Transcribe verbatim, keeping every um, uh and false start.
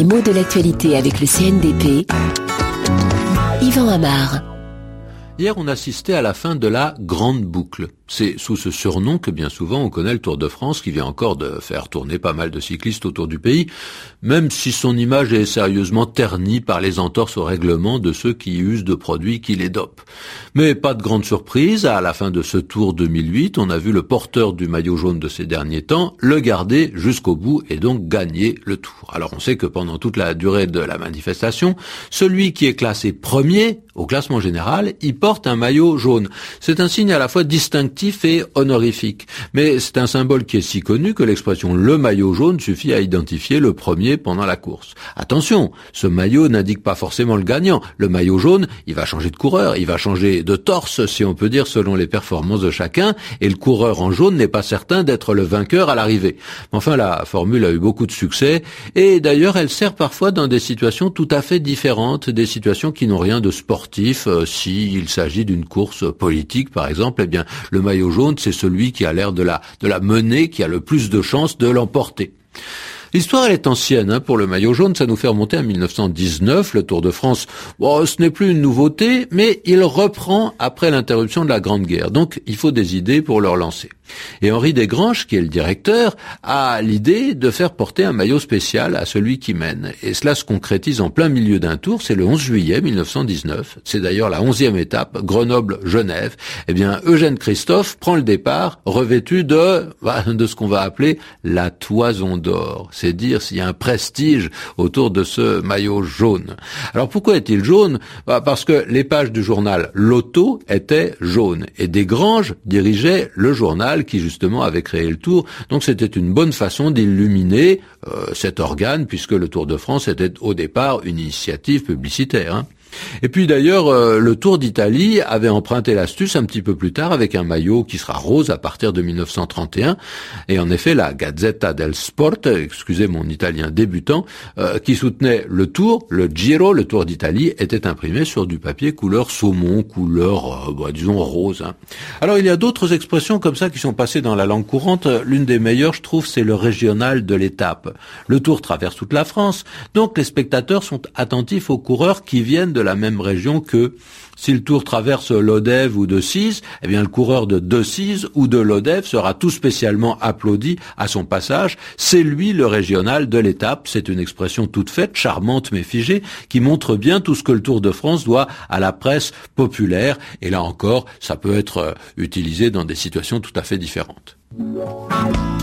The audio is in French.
mots de l'actualité avec le C N D P. Yvan Amar. Hier, on assistait à la fin de la Grande Boucle. C'est sous ce surnom que bien souvent on connaît le Tour de France, qui vient encore de faire tourner pas mal de cyclistes autour du pays, même si son image est sérieusement ternie par les entorses au règlement de ceux qui usent de produits qui les dopent. Mais pas de grande surprise, à la fin de ce Tour deux mille huit, on a vu le porteur du maillot jaune de ces derniers temps le garder jusqu'au bout et donc gagner le Tour. Alors on sait que pendant toute la durée de la manifestation, celui qui est classé premier au classement général, il porte un maillot jaune. C'est un signe à la fois distinctif et honorifique. Mais c'est un symbole qui est si connu que l'expression le maillot jaune suffit à identifier le premier pendant la course. Attention, ce maillot n'indique pas forcément le gagnant. Le maillot jaune, il va changer de coureur, il va changer de torse, si on peut dire, selon les performances de chacun, et le coureur en jaune n'est pas certain d'être le vainqueur à l'arrivée. Enfin, la formule a eu beaucoup de succès, et d'ailleurs, elle sert parfois dans des situations tout à fait différentes, des situations qui n'ont rien de sportif. Euh, s'il s'agit d'une course politique, par exemple, eh bien, le maillot jaune, c'est celui qui a l'air de la, de la mener, qui a le plus de chances de l'emporter. L'histoire, elle est ancienne, hein, pour le maillot jaune, ça nous fait remonter à mille neuf cent dix-neuf, le Tour de France. Bon, ce n'est plus une nouveauté, mais il reprend après l'interruption de la Grande Guerre, donc il faut des idées pour le relancer. Et Henri Desgranges, qui est le directeur, a l'idée de faire porter un maillot spécial à celui qui mène. Et cela se concrétise en plein milieu d'un tour, c'est le onze juillet mille neuf cent dix-neuf, c'est d'ailleurs la onzième étape, Grenoble-Genève. Eh bien, Eugène Christophe prend le départ, revêtu de, de ce qu'on va appeler la toison d'or. C'est dire s'il y a un prestige autour de ce maillot jaune. Alors pourquoi est-il jaune ? Bah parce que les pages du journal L'Auto étaient jaunes et Desgranges dirigeait le journal qui justement avait créé le Tour. Donc c'était une bonne façon d'illuminer euh, cet organe puisque le Tour de France était au départ une initiative publicitaire, hein. Et puis d'ailleurs, euh, le Tour d'Italie avait emprunté l'astuce un petit peu plus tard avec un maillot qui sera rose à partir de mille neuf cent trente et un. Et en effet, la Gazzetta del Sport, excusez mon italien débutant, euh, qui soutenait le Tour, le Giro, le Tour d'Italie, était imprimé sur du papier couleur saumon, couleur, euh, bah, disons, rose, hein. Alors il y a d'autres expressions comme ça qui sont passées dans la langue courante. L'une des meilleures, je trouve, c'est le régional de l'étape. Le Tour traverse toute la France, donc les spectateurs sont attentifs aux coureurs qui viennent de la même région que si le Tour traverse Lodève ou Decize, eh bien le coureur de Decize ou de Lodève sera tout spécialement applaudi à son passage. C'est lui le régional de l'étape. C'est une expression toute faite, charmante mais figée, qui montre bien tout ce que le Tour de France doit à la presse populaire. Et là encore, ça peut être utilisé dans des situations tout à fait différentes.